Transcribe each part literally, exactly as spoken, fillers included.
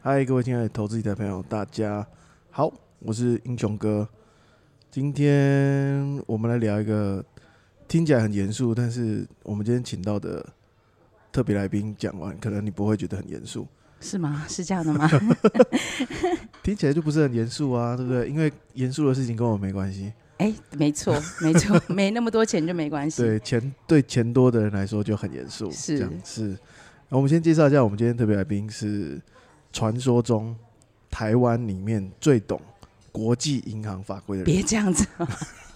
嗨，各位亲爱的投资理财朋友，大家好，我是英雄哥。今天我们来聊一个听起来很严肃，但是我们今天请到的特别来宾讲完，可能你不会觉得很严肃， 是吗？是这样的吗？ 听起来就不是很严肃啊，对不对？因为严肃的事情跟我没关系。 哎、欸，没错，没错，没那么多钱就没关系。 对，钱对钱多的人来说就很严肃， 是这样是。我们先介绍一下，我们今天特别来宾是传说中台湾里面最懂国际银行法规的人。 别这样子、啊、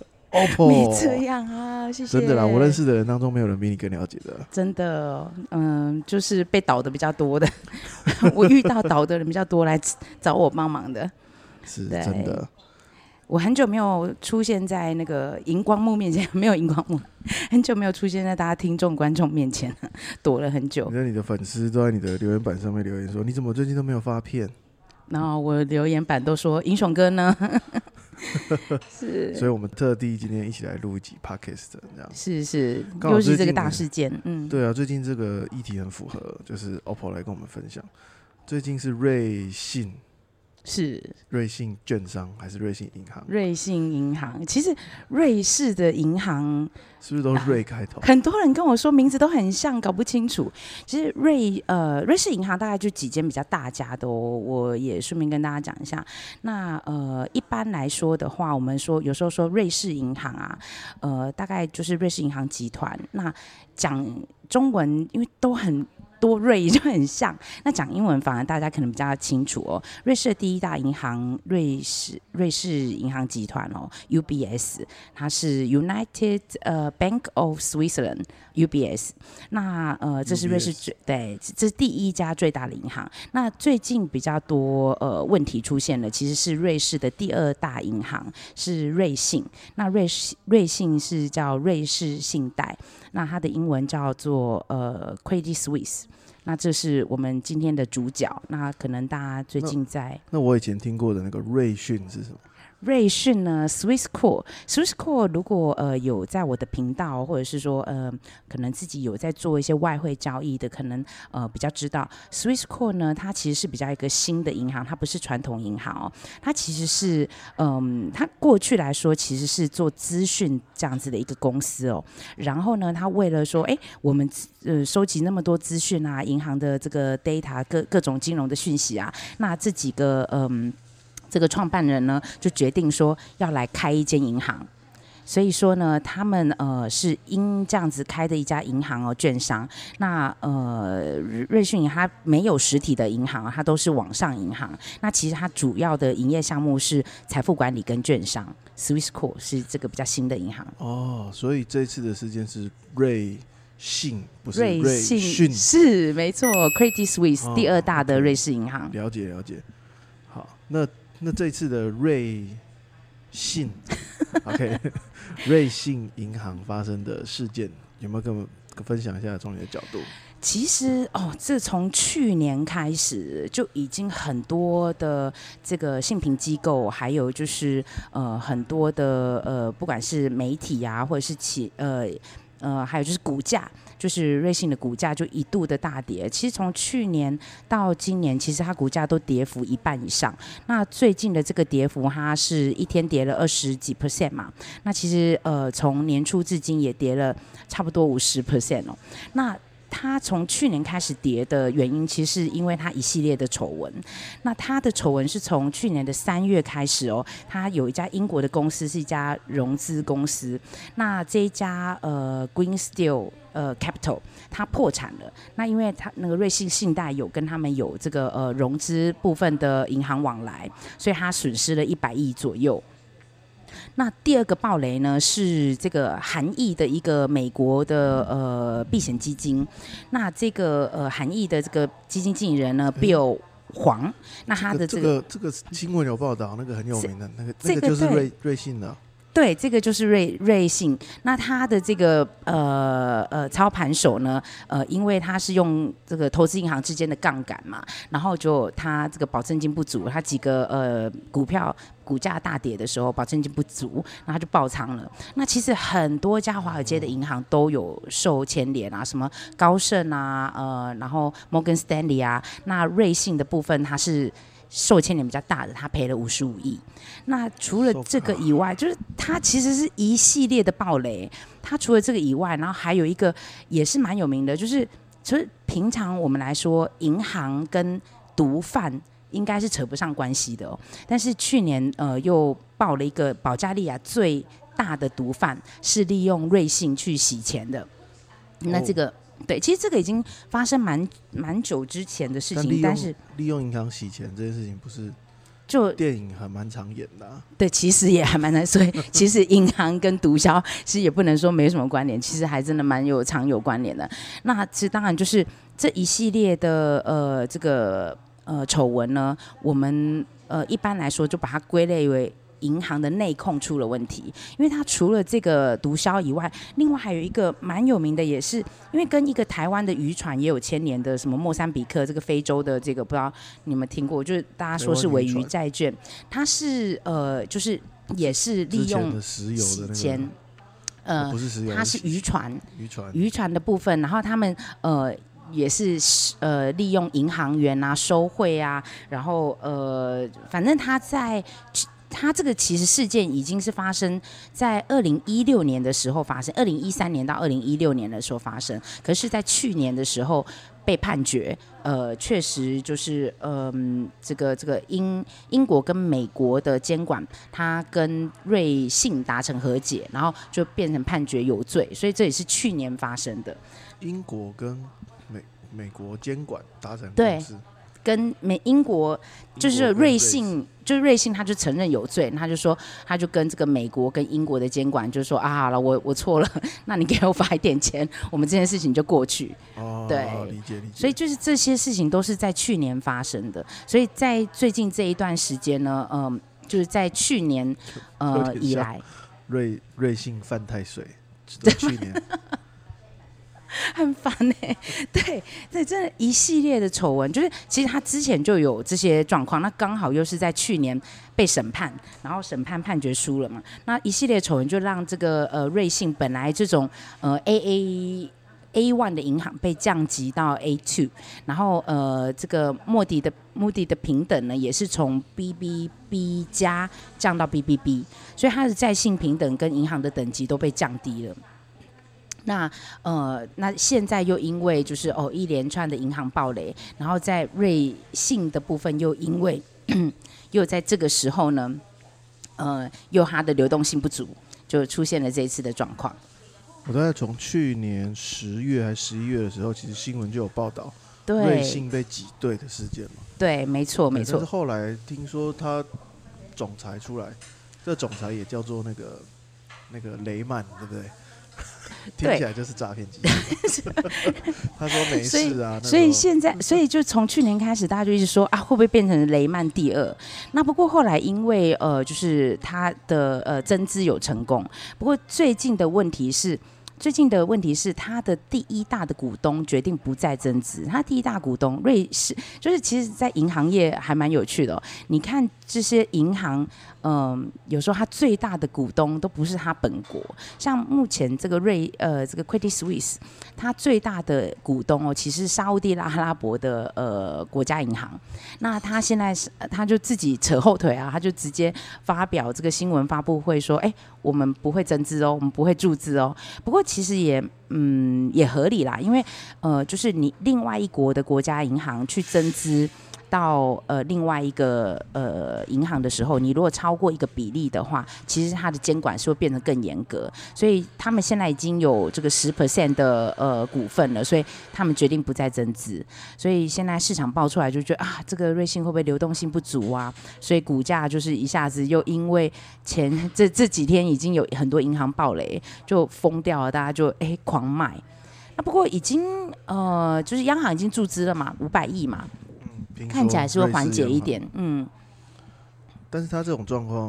O P P O 没这样啊，谢谢。 真的啦，我认识的人当中没有人比你更了解的。 真的，嗯，就是被倒的比较多的，我遇到倒的人比较多来找我帮忙的， 是真的。 我很久没有出现在那个荧光幕面前，没有荧光幕，很久没有出现在大家听众观众面前了，躲了很久。 你看你的粉丝都在你的留言板上面留言说，你怎么最近都没有发片？ 然后我留言板都说英雄哥呢？是， 所以我们特地今天一起来录一集 podcast， 这样是是，又是这个大事件，嗯， 对啊，最近这个议题很符合，就是 O P P O 来跟我们分享，最近是瑞信。 是瑞信券商还是瑞信银行？ 瑞信银行，其实瑞士的银行是不是都瑞开头、 啊？很多人跟我说名字都很像，搞不清楚。其实瑞呃瑞士银行大概就几间比较大家的、哦，我也顺便跟大家讲一下。那呃一般来说的话，我们说有时候说瑞士银行啊，呃大概就是瑞士银行集团。那讲中文，因为都很。多瑞就很像，那讲英文反而大家可能比较清楚哦。瑞士的第一大银行瑞士瑞士银行集团哦 ，U B S， 它是 United 呃 Bank of Switzerland U B S。那呃这是瑞士最对，这是第一家最大的银行。那最近比较多呃问题出现了，其实是瑞士的第二大银行是瑞信。那瑞士瑞信是叫瑞士信贷，那它的英文叫做呃 Credit Suisse。那这是我们今天的主角。那可能大家最近在那, 那我以前听过的那个瑞讯是什么？ 瑞讯呢 ，Swissquote Swissquote 如果呃有在我的频道，或者是说呃可能自己有在做一些外汇交易的，可能呃比较知道 Swissquote 呢，它其实是比较一个新的银行，它不是传统银行哦，它其实是嗯、呃、它过去来说其实是做资讯这样子的一个公司哦，然后呢，它为了说，哎，我们呃收集那么多资讯啊，银行的这个 data 各各种金融的讯息啊，那这几个嗯。这个创办人呢，就决定说要来开一间银行，所以说呢，他们呃是因这样子开的一家银行哦，券商。那呃，瑞信银行它没有实体的银行，它都是网上银行。那其实它主要的营业项目是财富管理跟券商。Swissquote 是这个比较新的银行哦，所以这次的事件是瑞信，不是瑞信， 信是没错 ，Credit Suisse、哦、第二大的瑞士银行。 了解了解。好，那。那这次的瑞信，OK， 瑞信银行发生的事件，有没有跟我们分享一下从你的角度？ 其实哦，这从去年开始就已经很多的这个信评机构，还有就是呃很多的呃不管是媒体啊，或者是企呃呃还有就是股价。就是瑞信的股价就一度的大跌，其实从去年到今年，其实它股价都跌幅一半以上。那最近的这个跌幅，它是一天跌了二十几 percent 嘛。那其实呃，从年初至今也跌了差不多五十 percent 哦。那它从去年开始跌的原因，其实是因为它一系列的丑闻。那它的丑闻是从去年的三月开始哦，它有一家英国的公司是一家融资公司，那这一家呃 Green Steel 呃 Capital 它破产了。那因为它那个瑞信信贷有跟他们有这个呃融资部分的银行往来，所以它损失了一百亿左右。那第二个暴雷呢，是这个韩裔的一个美国的呃避险基金。那这个呃韩裔的这个基金经理人呢 ，Bill 黄，那他的这个、 这个、这个、这个新闻有报道，那个很有名的那个，那个就是瑞瑞信的。 对，这个就是瑞瑞信。那他的这个呃呃操盘手呢，呃，因为他是用这个投资银行之间的杠杆嘛，然后就他这个保证金不足，他几个呃股票股价大跌的时候，保证金不足，然后他就爆仓了。那其实很多家华尔街的银行都有受牵连啊，什么高盛啊，呃，然后 Morgan Stanley 啊，那瑞信的部分它是受牵连比较大的，他赔了五十五亿。那除了这个以外，就是它其实是一系列的暴雷。它除了这个以外，然后还有一个也是蛮有名的，就是就是平常我们来说，银行跟毒贩应该是扯不上关系的哦。但是去年呃又爆了一个保加利亚最大的毒贩是利用瑞信去洗钱的。那这个、哦、对，其实这个已经发生蛮蛮久之前的事情，但是利用银行洗钱这件事情不是就电影还蛮常演的、啊， 对，其实也还蛮难，所以其实银行跟毒枭其实也不能说没什么关联，其实还真的蛮有常有关联的。那其实当然就是这一系列的呃这个呃丑闻呢，我们呃一般来说就把它归类为银行的内控出了问题，因为它除了这个毒枭以外，另外还有一个蛮有名的，也是因为跟一个台湾的渔船也有牵连的，什么莫桑比克这个非洲的这个，不知道你们听过，就是大家说是尾鱼债券，它是呃就是也是利用洗钱， 呃，不是石油， 它是渔船， 渔船渔船的部分，然后他们呃。也是呃利用银行员啊收贿啊，然后呃反正他在他这个其实事件已经是发生在二零一六年的时候发生，二零一三年到二零一六年的时候发生，可是在去年的时候被判决，呃，确实就是嗯、呃，这个这个英英国跟美国的监管，他跟瑞信达成和解，然后就变成判决有罪，所以这也是去年发生的。 英国跟美美国监管达成共识， 跟美英国就是瑞信，就是瑞信，他就承认有罪，他就说，他就跟这个美国跟英国的监管就说啊，好了，我我错了，那你给我罚一点钱，我们这件事情就过去。 哦， 对， 理解理解。 所以就是这些事情都是在去年发生的，所以在最近这一段时间呢，嗯、呃，就是在去年呃以来， 瑞瑞信犯太岁，去年。 很烦哎、欸，对对，真的，一系列的丑闻，就是其实他之前就有这些状况，那刚好又是在去年被审判，然后审判判决输了嘛，那一系列丑闻就让这个呃瑞信本来这种呃 A A A 一 的银行被降级到 A 二，然后呃这个莫迪的莫迪的平等呢也是从 B B B 加降到 B B B， 所以它的债信平等跟银行的等级都被降低了。那呃，那现在又因为就是哦一连串的银行暴雷，然后在瑞信的部分又因为又在这个时候呢，呃，又它的流动性不足，就出现了这一次的状况。 我大概从去年十月还十一月的时候，其实新闻就有报道对瑞信被挤兑的事件嘛。 对，没错没错。 但是后来听说他总裁出来，这总裁也叫做那个那个雷曼，对不对？听起来就是诈骗集团。他说没事啊， 所以, 所以现在，所以就从去年开始，大家就一直说啊，会不会变成雷曼第二？那不过后来因为呃，就是他的呃增资有成功，不过最近的问题是。最近的问题是，他的第一大的股东决定不再增资。他第一大股东瑞士，就是其实，在银行业还蛮有趣的、哦。你看这些银行，嗯、呃，有时候他最大的股东都不是他本国。像目前这个瑞呃这个 Credit Suisse， 他最大的股东哦，其实是沙烏地阿拉伯的呃国家银行。那他现在是他就自己扯后腿啊，他就直接发表这个新闻发布会说，哎，我们不会增资哦，我们不会注资哦。不过其实也嗯也合理啦，因为呃就是你另外一国的国家银行去增资到呃另外一个呃银行的时候，你如果超过一个比例的话，其实它的监管是会变得更严格。所以他们现在已经有这个十 percent 的呃股份了，所以他们决定不再增资。所以现在市场爆出来就觉得啊，这个瑞信会不会流动性不足啊？所以股价就是一下子又因为前这这几天已经有很多银行暴雷，就疯掉了，大家就哎狂卖。那不过已经呃就是央行已经注资了嘛，五百亿嘛。看起来是会缓解一点，嗯。 但是他这种状况，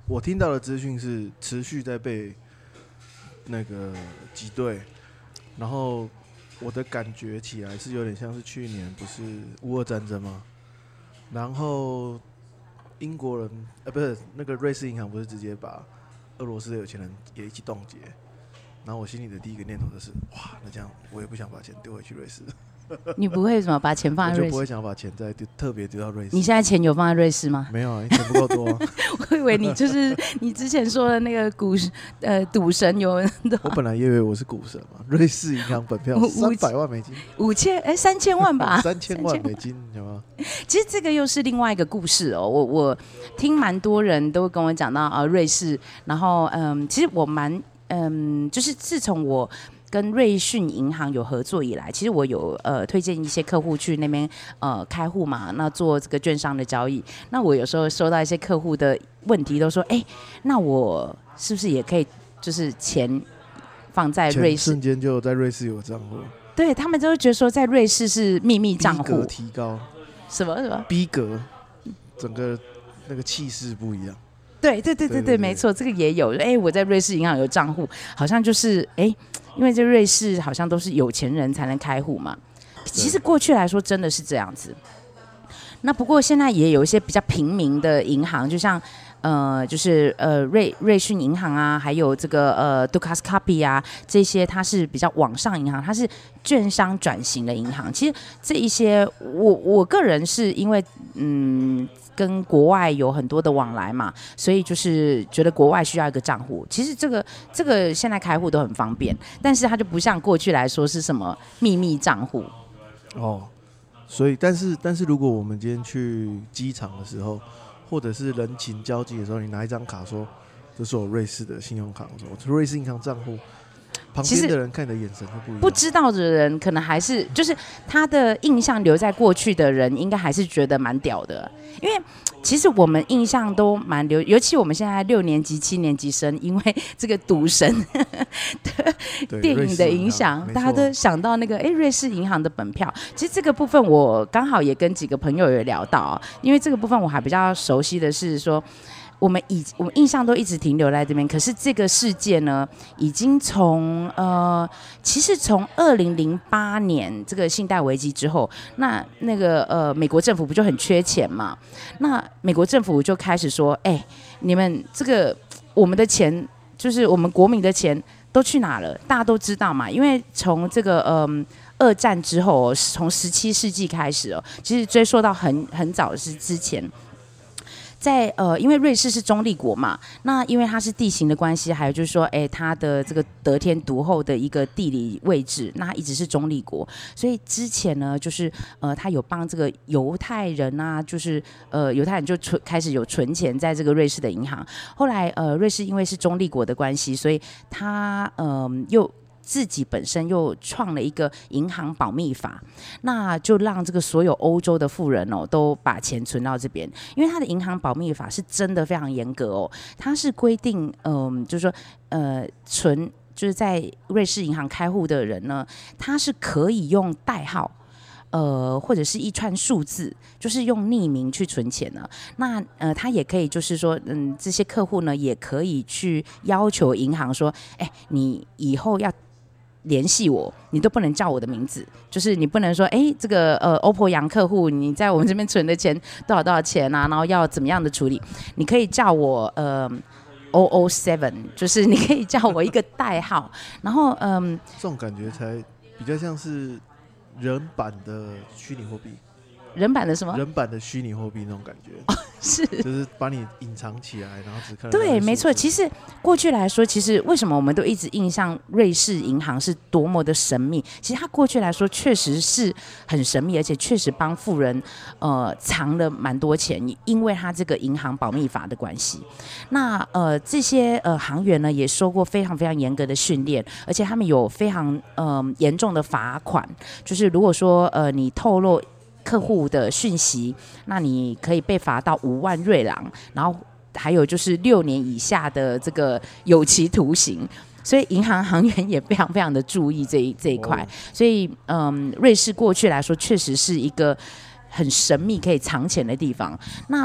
我听到的资讯是持续在被那个挤兑，然后我的感觉起来是有点像是去年不是乌俄战争吗？然后英国人呃不是那个瑞士银行不是直接把俄罗斯的有钱人也一起冻结，然后我心里的第一个念头就是哇，那这样我也不想把钱丢回去瑞士。 你不会什么把钱放在瑞士？ 我就不会想把钱再丢特别丢到瑞士。 你现在钱有放在瑞士吗？ 没有啊，钱不够多、啊。 我以为你就是你之前说的那个股呃赌神有。 我本来以为我是股神嘛，瑞士银行本票三百万美金， 五千哎三千万吧， 三千万美金有吗？ 其实这个又是另外一个故事哦。我我听蛮多人都跟我讲到啊、呃、瑞士，然后嗯，其实我蛮嗯，就是自从我跟瑞讯银行有合作以来，其实我有呃推荐一些客户去那边呃开户嘛，那做这个券商的交易。那我有时候收到一些客户的问题，都说，哎，那我是不是也可以就是钱放在瑞士？ 瞬间就在瑞士有账户。 对他们都会觉得说，在瑞士是秘密账户， 逼格提高， 什么什么逼格，整个那个气势不一样。 对对对对 对, 对，没错，这个也有。哎，我在瑞士银行有账户，好像就是哎，因为这瑞士好像都是有钱人才能开户嘛。其实过去来说真的是这样子。那不过现在也有一些比较平民的银行，就像呃，就是呃瑞瑞讯银行啊，还有这个呃杜卡斯卡比啊，这些它是比较网上银行，它是券商转型的银行。其实这一些，我我个人是因为嗯。跟国外有很多的往来嘛，所以就是觉得国外需要一个账户。其实这个这个现在开户都很方便，但是它就不像过去来说是什么秘密账户。 哦，所以但是但是如果我们今天去机场的时候，或者是人情交际的时候，你拿一张卡说这是我瑞士的信用卡，我说我是瑞士银行账户。旁边的人看你的眼神会不一样， 不知道的人可能还是就是他的印象留在过去的人，应该还是觉得蛮屌的。因为其实我们印象都蛮留，尤其我们现在六年级、七年级生，因为这个赌神的电影的影响，大家都想到那个哎瑞士银行的本票。其实这个部分我刚好也跟几个朋友有聊到，因为这个部分我还比较熟悉的是说。我们以我们印象都一直停留在这边，可是这个事件呢，已经从呃，其实从二零零八年这个信贷危机之后，那那个呃，美国政府不就很缺钱嘛？那美国政府就开始说，哎、欸，你们这个我们的钱，就是我们国民的钱都去哪了？大家都知道嘛，因为从这个嗯。二战之后，从十七世纪开始哦，其实追溯到很很早是之前。在呃，因为瑞士是中立国嘛，那因为它是地形的关系，还有就是说，哎，它的这个得天独厚的一个地理位置，那它一直是中立国，所以之前呢，就是呃，他有帮这个犹太人啊，就是呃，犹太人就存开始有存钱在这个瑞士的银行，后来呃，瑞士因为是中立国的关系，所以他嗯、呃、又。自己本身又创了一个银行保密法，那就让这个所有欧洲的富人哦都把钱存到这边，因为他的银行保密法是真的非常严格哦，它是规定，嗯、呃，就是说，呃，存就是在瑞士银行开户的人呢，他是可以用代号。呃，或者是一串数字，就是用匿名去存钱呢。那呃，他也可以就是说，嗯，这些客户呢，也可以去要求银行说，哎，你以后要联系我，你都不能叫我的名字，就是你不能说，哎，这个呃 O P P O 洋客户，你在我们这边存的钱多少多少钱啊，然后要怎么样的处理，你可以叫我呃 O O seven， 就是你可以叫我一个代号，然后嗯、呃， 这种感觉才比较像是。人版的虚拟货币， 人版的什么？ 人版的虚拟货币那种感觉， 哦、是， 就是把你隐藏起来，然后只看到对，没错。其实过去来说，其实为什么我们都一直印象瑞士银行是多么的神秘？其实它过去来说确实是很神秘，而且确实帮富人呃藏了蛮多钱，因为它这个银行保密法的关系。那呃这些呃行员呢也受过非常非常严格的训练，而且他们有非常嗯、呃、严重的罚款，就是如果说呃你透露。客户的讯息，那你可以被罚到五万瑞郎，然后还有就是六年以下的这个有期徒刑。所以银行行员也非常非常的注意这一这一块。所以嗯，瑞士过去来说确实是一个很神秘可以藏钱的地方。那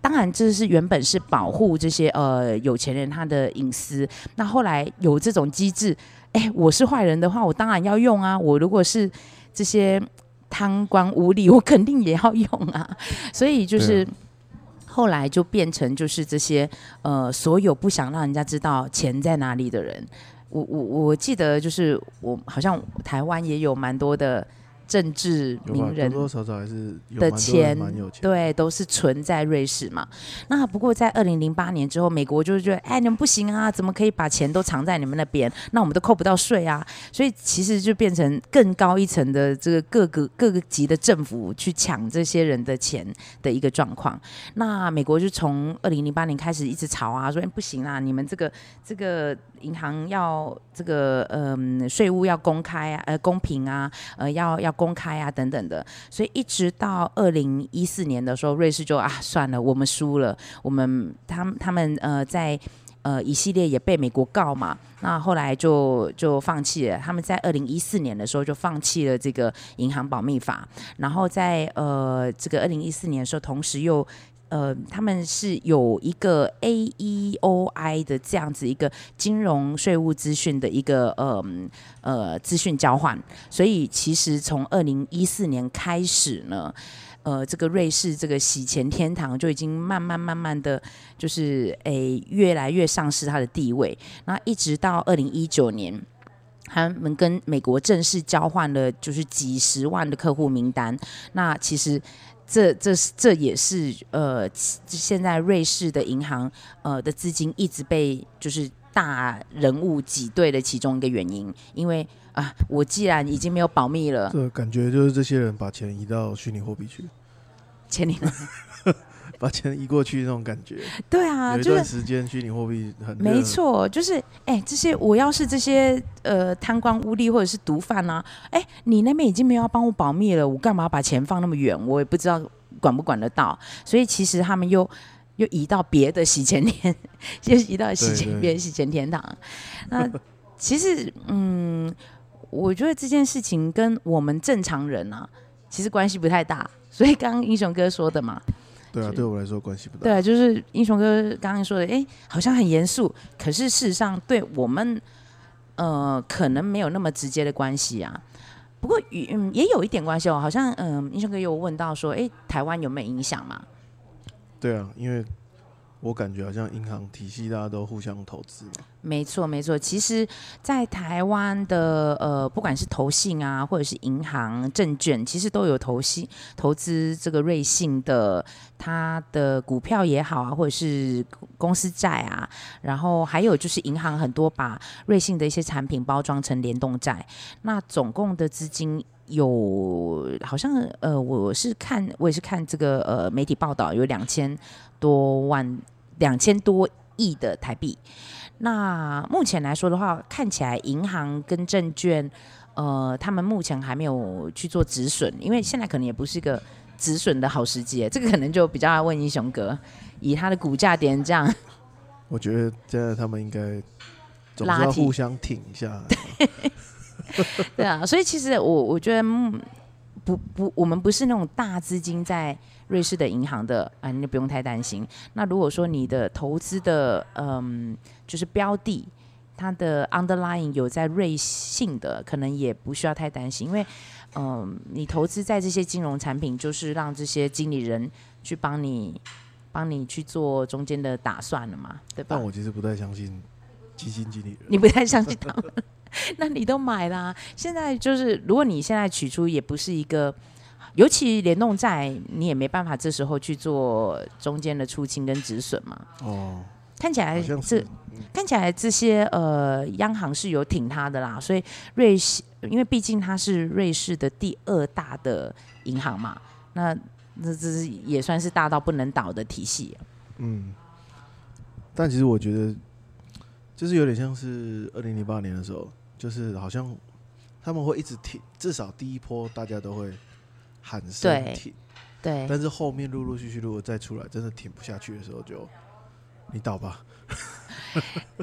当然这是原本是保护这些呃有钱人他的隐私，那后来有这种机制，哎，我是坏人的话，我当然要用啊，我如果是这些贪官污吏，我肯定也要用啊，所以就是。后来就变成就是这些呃，所有不想让人家知道钱在哪里的人，我我我记得就是我好像台湾也有蛮多的政治名人多多少少还是有的钱， 蛮有钱， 对，都是存在瑞士嘛。那不过在二零零八年之后，美国就觉得，哎，你们不行啊，怎么可以把钱都藏在你们那边？那我们都扣不到税啊。所以其实就变成更高一层的这个各个各个级的政府去抢这些人的钱的一个状况。那美国就从二零零八年开始一直吵啊，说、哎、不行啦，你们这个这个银行要这个嗯税务要公开啊，呃公平啊，呃要要公开啊等等的，所以一直到二零一四年的时候，瑞士就啊算了，我们输了，我们他们他们呃在呃一系列也被美国告嘛，那后来就就放弃了，他们在二零一四年的时候就放弃了这个银行保密法，然后在呃这个二零一四年的时候，同时又。呃，他们是有一个 A E O I 的这样子一个金融税务资讯的一个呃呃资讯交换，所以其实从二零一四年开始呢，呃，这个瑞士这个洗钱天堂就已经慢慢慢慢的就是诶越来越丧失它的地位，那一直到二零一九年。他们跟美国正式交换了，就是几十万的客户名单。那其实这这这也是呃，现在瑞士的银行呃的资金一直被就是大人物挤兑的其中一个原因。因为啊，我既然已经没有保密了， 这感觉就是这些人把钱移到虚拟货币去， 钱里把钱移过去那种感觉。 对啊， 有一段时间虚拟货币很热， 没错，就是哎、欸，这些我要是这些呃贪官污吏或者是毒贩啊，哎、欸，你那边已经没有要帮我保密了，我干嘛把钱放那么远？我也不知道管不管得到，所以其实他们又又移到别的洗钱天，就移到洗钱别的洗钱天堂。那其实嗯，我觉得这件事情跟我们正常人啊，其实关系不太大。所以刚刚英雄哥说的嘛。 对啊，对我来说关系不大。 对啊，就是英雄哥刚刚说的，哎，好像很严肃，可是事实上对我们，呃，可能没有那么直接的关系啊。不过，嗯，也有一点关系哦。好像，嗯、呃，英雄哥有问到说，哎，台湾有没有影响嘛？ 对啊，因为我感觉好像银行体系大家都互相投资嘛。 没错，没错。其实，在台湾的呃，不管是投信啊，或者是银行、证券，其实都有投信投资这个瑞信的它的股票也好啊，或者是公司债啊，然后还有就是银行很多把瑞信的一些产品包装成联动债，那总共的资金。有好像呃，我是看我也是看这个呃媒体报道，有两千多万两千多亿的台币。那目前来说的话，看起来银行跟证券，呃，他们目前还没有去做止损，因为现在可能也不是一个止损的好时机。这个可能就比较要问英雄哥，以他的股价点这样， 我觉得现在他们应该总是要互相挺一下。 对啊，所以其实我我觉得、嗯、不不，我们不是那种大资金在瑞士的银行的啊，你就不用太担心。那如果说你的投资的嗯，就是标的，它的 underlying 有在瑞信的，可能也不需要太担心，因为嗯，你投资在这些金融产品，就是让这些经理人去帮你帮你去做中间的打算了嘛，对吧？ 但我其实不太相信基金经理人， 你不太相信他们。那你都买啦，现在就是如果你现在取出也不是一个，尤其联动债，你也没办法这时候去做中间的出清跟止损嘛。 哦， 看起来这、嗯、看起来这些呃央行是有挺它的啦，所以瑞士因为毕竟它是瑞士的第二大的银行嘛，那这这也算是大到不能倒的体系。 嗯，但其实我觉得就是有点像是二零零八年的时候。就是好像他们会一直挺，至少第一波大家都会喊声挺， 对， 但是后面陆陆续续如果再出来，真的挺不下去的时候就，你倒吧。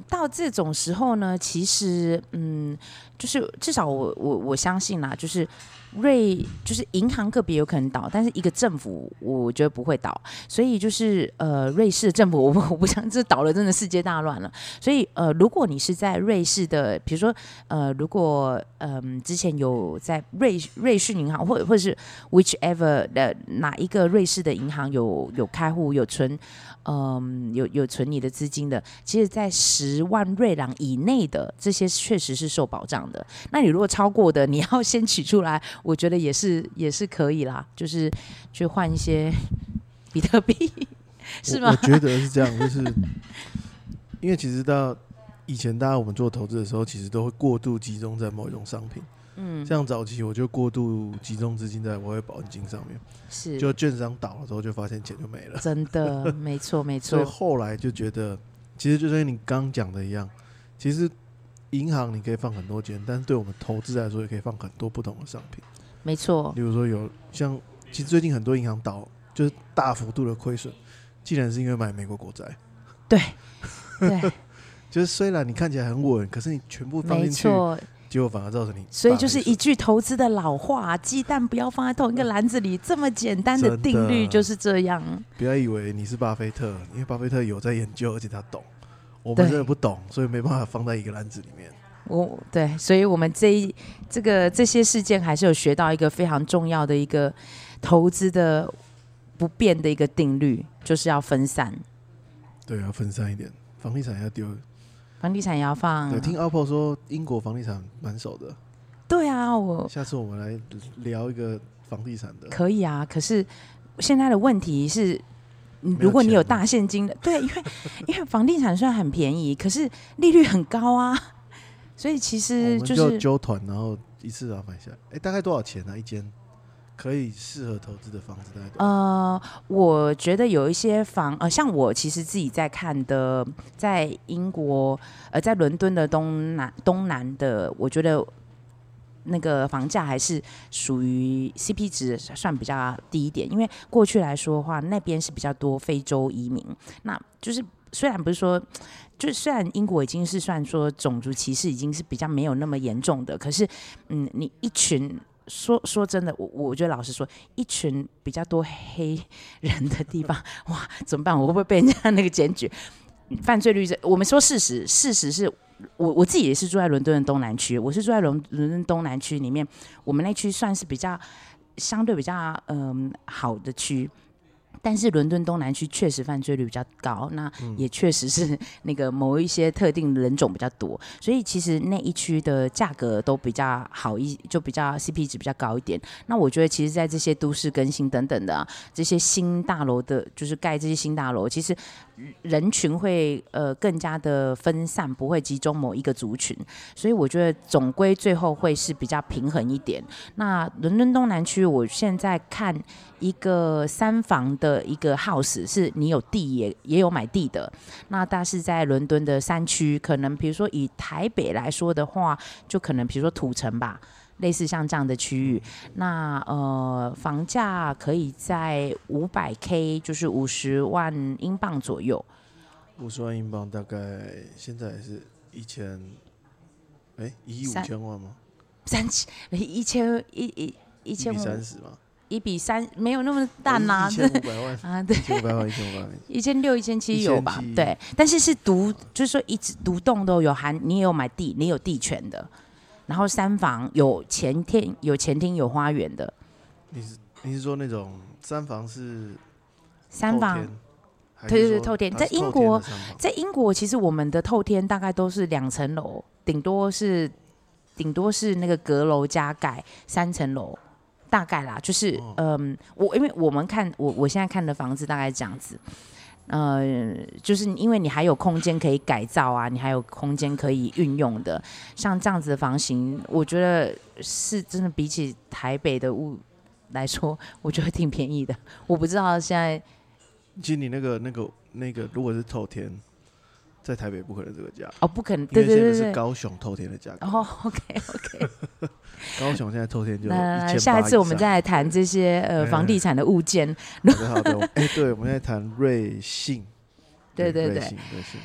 到这种时候呢，其实嗯，就是至少我我我相信啦，就是瑞就是银行个别有可能倒，但是一个政府我觉得不会倒，所以就是呃瑞士的政府我不我不想这倒了真的世界大乱了，所以呃如果你是在瑞士的，比如说呃如果嗯、呃、之前有在瑞瑞士银行或者或者是 whichever 的哪一个瑞士的银行有有开户有存嗯有有存你的资金的，其实在十万瑞郎以内的这些确实是受保障的，那你如果超过的你要先取出来，我觉得也是也是可以啦，就是去换一些比特币是吗？ 我？我觉得是这样，就是因为其实到以前大家我们做投资的时候，其实都会过度集中在某一种商品。嗯，像早期我就过度集中资金在我会保证金上面，是就券商倒了之后就发现钱就没了， 真的没错没错。 所以后来就觉得，其实就跟你刚刚讲的一样，其实银行你可以放很多钱，但是对我们投资来说也可以放很多不同的商品。 没错， 例如说有像，其实最近很多银行倒，就是大幅度的亏损，竟然是因为买美国国债。 对，对， 就是虽然你看起来很稳，可是你全部放进去，结果反而造成你。 所以就是一句投资的老话：鸡蛋不要放在同一个篮子里。这么简单的定律就是这样。 不要以为你是巴菲特，因为巴菲特有在研究，而且他懂。我们真的不懂，所以没办法放在一个篮子里面。 我对，所以我们这一这个这些事件还是有学到一个非常重要的一个投资的不变的一个定律，就是要分散。 对，要分散一点，房地产要丢， 房地产也要放。 对，听 Apple 说英国房地产蛮熟的。 对啊，我下次我们来聊一个房地产的。 可以啊，可是现在的问题是，如果你有大现金的，对，因为因为房地产虽然很便宜，可是利率很高啊。所以其实就是、 我们就揪团，然后一次把它买下来。哎，大概多少钱呢、啊？一间可以适合投资的房子大概多少？ 呃，我觉得有一些房，呃，像我其实自己在看的，在英国，呃，在伦敦的东南东南的，我觉得那个房价还是属于 C P 值算比较低一点，因为过去来说的话，那边是比较多非洲移民，那就是虽然不是说。就虽然英国已经是算说种族歧视已经是比较没有那么严重的，可是，嗯，你一群说说真的，我我觉得老实说，一群比较多黑人的地方，哇，怎么办？我会不会被人家那个检举？犯罪率是，我们说事实，事实是我我自己也是住在伦敦的东南区，我是住在伦伦敦东南区里面，我们那区算是比较相对比较嗯好的区。但是伦敦东南区确实犯罪率比较高，那也确实是那个某一些特定人种比较多，所以其实那一区的价格都比较好一，就比较 C P 值比较高一点。那我觉得其实在这些都市更新等等的、啊、这些新大楼的，就是盖这些新大楼，其实人群会呃更加的分散，不会集中某一个族群，所以我觉得总归最后会是比较平衡一点。那伦敦东南区，我现在看一个三房的一个 house， 是你有地也也有买地的，那但是在伦敦的山区，可能比如说以台北来说的话，就可能比如说土城吧。类似像这样的区域，那呃房价可以在五百 K， 就是五十万英镑左右。 五十万英镑大概现在是一千，哎，一亿五千万吗？ 三一千一一一千五三十吗？ 一比三没有那么大呐、 啊，一千五百万啊，对，一千五百万，一千五百万， 一千六、一千七有吧？对，但是是独，就是说一直独栋都有含，你也有买地，你有地权的。然后三房有前厅、有前厅、有花园的。 你是你是说那种三房是三房？对对对，透天。在英国，在英国其实我们的透天大概都是两层楼，顶多是顶多是那个阁楼加盖三层楼，大概啦。就是、哦、嗯，我因为我们看我我现在看的房子大概是这样子。呃，就是因为你还有空间可以改造啊，你还有空间可以运用的，像这样子的房型，我觉得是真的比起台北的物来说，我觉得挺便宜的。我不知道现在， 其实你那个那个那个，如果是透天，在台北不可能这个价哦，不可能，对对对对， 因为现在是高雄透天的价格。 哦 ，OK OK。 高雄现在透天就一千八那下一次我们再来谈这些呃房地产的物件。 好的好的，哎，对，我们在谈瑞信。 对对对。 瑞信瑞信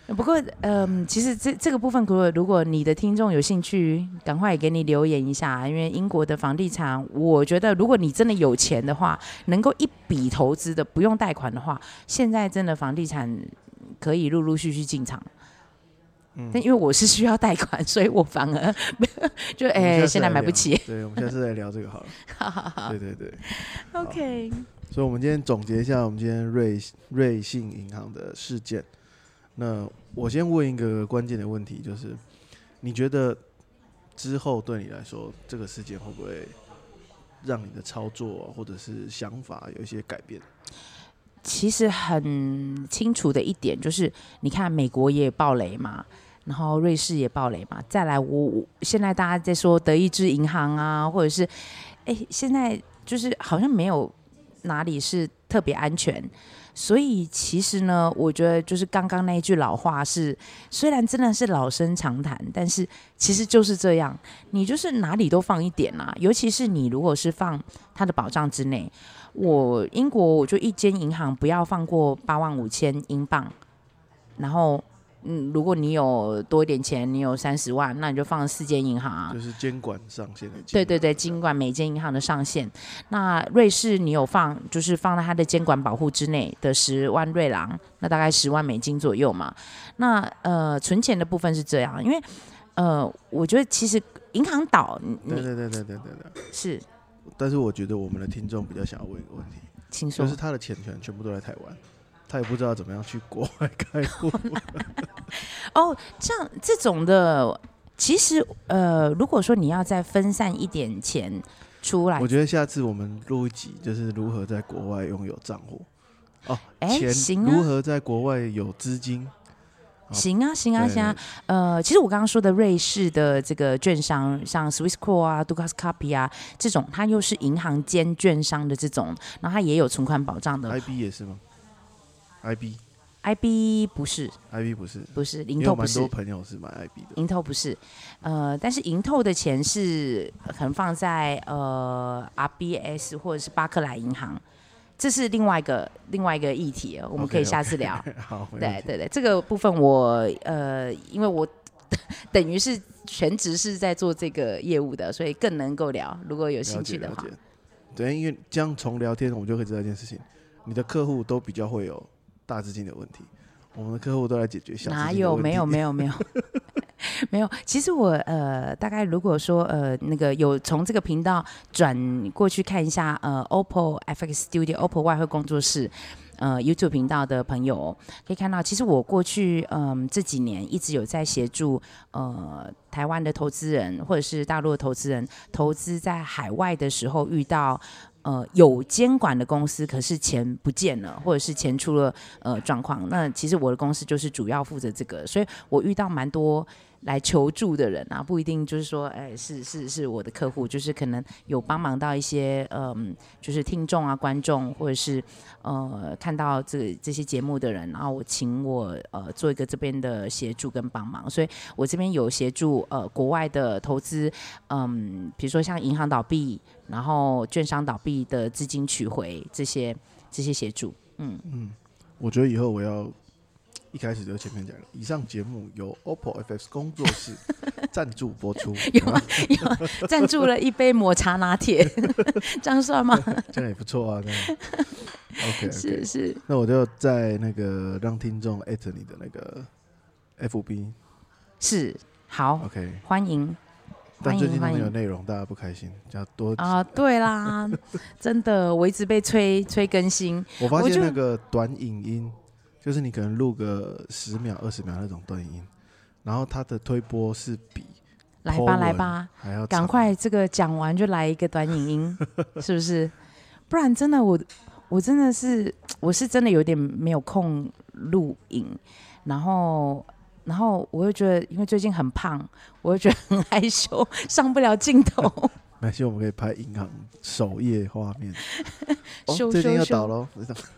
不过，嗯，其实这这个部分，如果如果你的听众有兴趣，赶快也给你留言一下，因为英国的房地产，我觉得如果你真的有钱的话，能够一笔投资的，不用贷款的话，现在真的房地产可以陆陆续续进场。嗯，但因为我是需要贷款，所以我反而就哎、欸，现在买不起。 对，我们下次来聊这个好了。 好好好， 对对对 ，OK。 所以，我们今天总结一下我们今天瑞瑞信银行的事件。那我先问一个关键的问题，就是你觉得之后对你来说，这个事件会不会让你的操作或者是想法有一些改变？ 其实很清楚的一点就是，你看美国也爆雷嘛，然后瑞士也爆雷嘛，再来我，我现在大家在说德意志银行啊，或者是哎，现在就是好像没有哪里是特别安全。所以其实呢，我觉得就是刚刚那一句老话是，虽然真的是老生常谈，但是其实就是这样，你就是哪里都放一点啊，尤其是你如果是放它的保障之内，我英国我就一间银行不要放过八万五千英镑，然后嗯，如果你有多一点钱，你有三十万，那你就放四间银行啊， 就是监管上限的。 对对对，监管每间银行的上限。那瑞士你有放，就是放在它的监管保护之内的十万瑞郎，那大概十万美金左右嘛。那呃，存钱的部分是这样，因为呃，我觉得其实银行倒， 对对对对对对对， 是。 但是我觉得我们的听众比较想要问一个问题， 请说， 就是他的钱全全部都在台湾。他也不知道怎么样去国外开户。 哦，这样这种的，其实呃，如果说你要再分散一点钱出来， 我觉得下次我们录一集，就是如何在国外拥有账户。哦，钱行啊， 如何在国外有资金？ 行啊，行啊，行啊。呃，其实我刚刚说的瑞士的这个券商，像 Swissquote 啊、Dukas Copy 啊这种，它又是银行兼券商的这种，然后它也有存款保障的。 I B 也是吗？I B I B 不是 ，I B 不是， 不是，银透不是。 有蛮多朋友是买 I B 的， 银透不是，呃，但是银透的钱是可能放在呃 R B S 或者是巴克莱银行，这是另外一个另外一个议题，我们可以下次聊。 Okay, okay, 好， 对对对，这个部分我呃，因为我等于是全职是在做这个业务的，所以更能够聊。如果有兴趣的话， 对，因为这样从聊天我们就可以知道一件事情，你的客户都比较会有大资金的问题，我们的客户都来解决小资金的问题。 哪有？没有没有没有没有。其实我呃，大概如果说呃，那个有从这个频道转过去看一下呃 ，O P P O F X Studio、O P P O 外汇工作室。呃 ，YouTube 频道的朋友可以看到，其实我过去嗯、呃、这几年一直有在协助呃台湾的投资人或者是大陆的投资人投资在海外的时候遇到呃有监管的公司，可是钱不见了，或者是钱出了呃状况。那其实我的公司就是主要负责这个，所以我遇到蛮多来求助的人啊，不一定就是说，哎，是是是我的客户，就是可能有帮忙到一些，嗯，就是听众啊、观众，或者是呃看到这这些节目的人，然后我请我呃做一个这边的协助跟帮忙，所以我这边有协助呃国外的投资，嗯，比如说像银行倒闭，然后券商倒闭的资金取回这些这些协助，嗯嗯，我觉得以后我要。一开始就前面讲了，以上节目由 O P P O F X 工作室赞助播出， 有有赞助了一杯抹茶拿铁，这样算吗？ 这样也不错啊。OK， 是是。 那我就在那个让听众艾特你的那个 F B， 是好 OK， 欢迎。 但最近都没有内容，大家不开心，要多啊！对啦，真的，我一直被催催更新。 我发现那个短影音。就是你可能录个十秒、二十秒那种短影音，然后它的推播是比来吧来吧， 还要赶快这个讲完就来一个短影音，是不是？不然真的我我真的是我是真的有点没有空录影，然后然后我又觉得因为最近很胖，我又觉得很害羞，上不了镜头。 没关系，我们可以拍银行首页画面。哦， 羞最近要倒喽。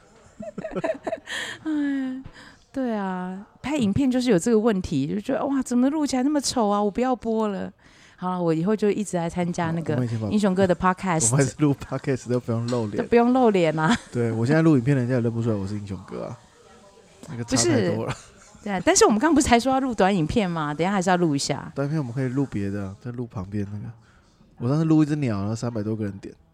哎，对啊，拍影片就是有这个问题，就觉得哇，怎么录起来那么丑啊？我不要播了。好了，我以后就一直来参加那个英雄哥的 podcast。 我们还是录 podcast 都不用露脸， 都不用露脸啊。 对，我现在录影片，人家也认不出来我是英雄哥啊，那个差太多了。 对啊，但是我们刚刚不是才说要录短影片吗？等一下还是要录一下。 短片我们可以录别的、啊，再录旁边那个。我上次录一只鸟，然后三百多个人点。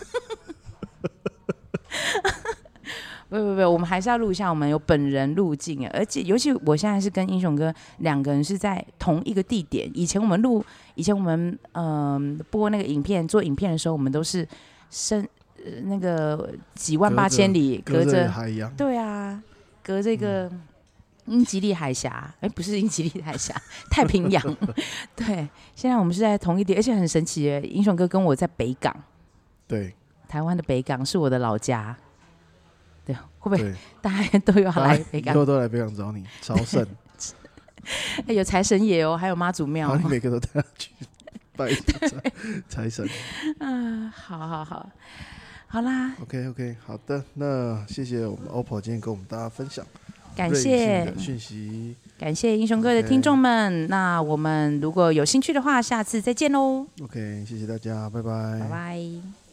不不不，我们还是要录一下，我们有本人路径，而且尤其我现在是跟英雄哥两个人是在同一个地点。以前我们录，以前我们嗯、呃、播那个影片做影片的时候，我们都是深、呃、那个几万八千里隔着海洋， 对啊，隔这个英吉利海峡，哎、嗯，不是英吉利海峡，太平洋。对，现在我们是在同一点，而且很神奇耶，英雄哥跟我在北港， 对， 台湾的北港是我的老家。对，会不会大家都有来北港？ 以后都来北港找你朝圣。 欸、有财神爷哦，还有妈祖庙、哦， 你每个都带他去拜财神。 啊，好好好，好啦。 OK OK， 好的，那谢谢我们 O P P O 今天跟我们大家分享感谢讯息， 感谢英雄哥的听众们。Okay. 那我们如果有兴趣的话，下次再见喽。 OK， 谢谢大家，拜拜， 拜拜。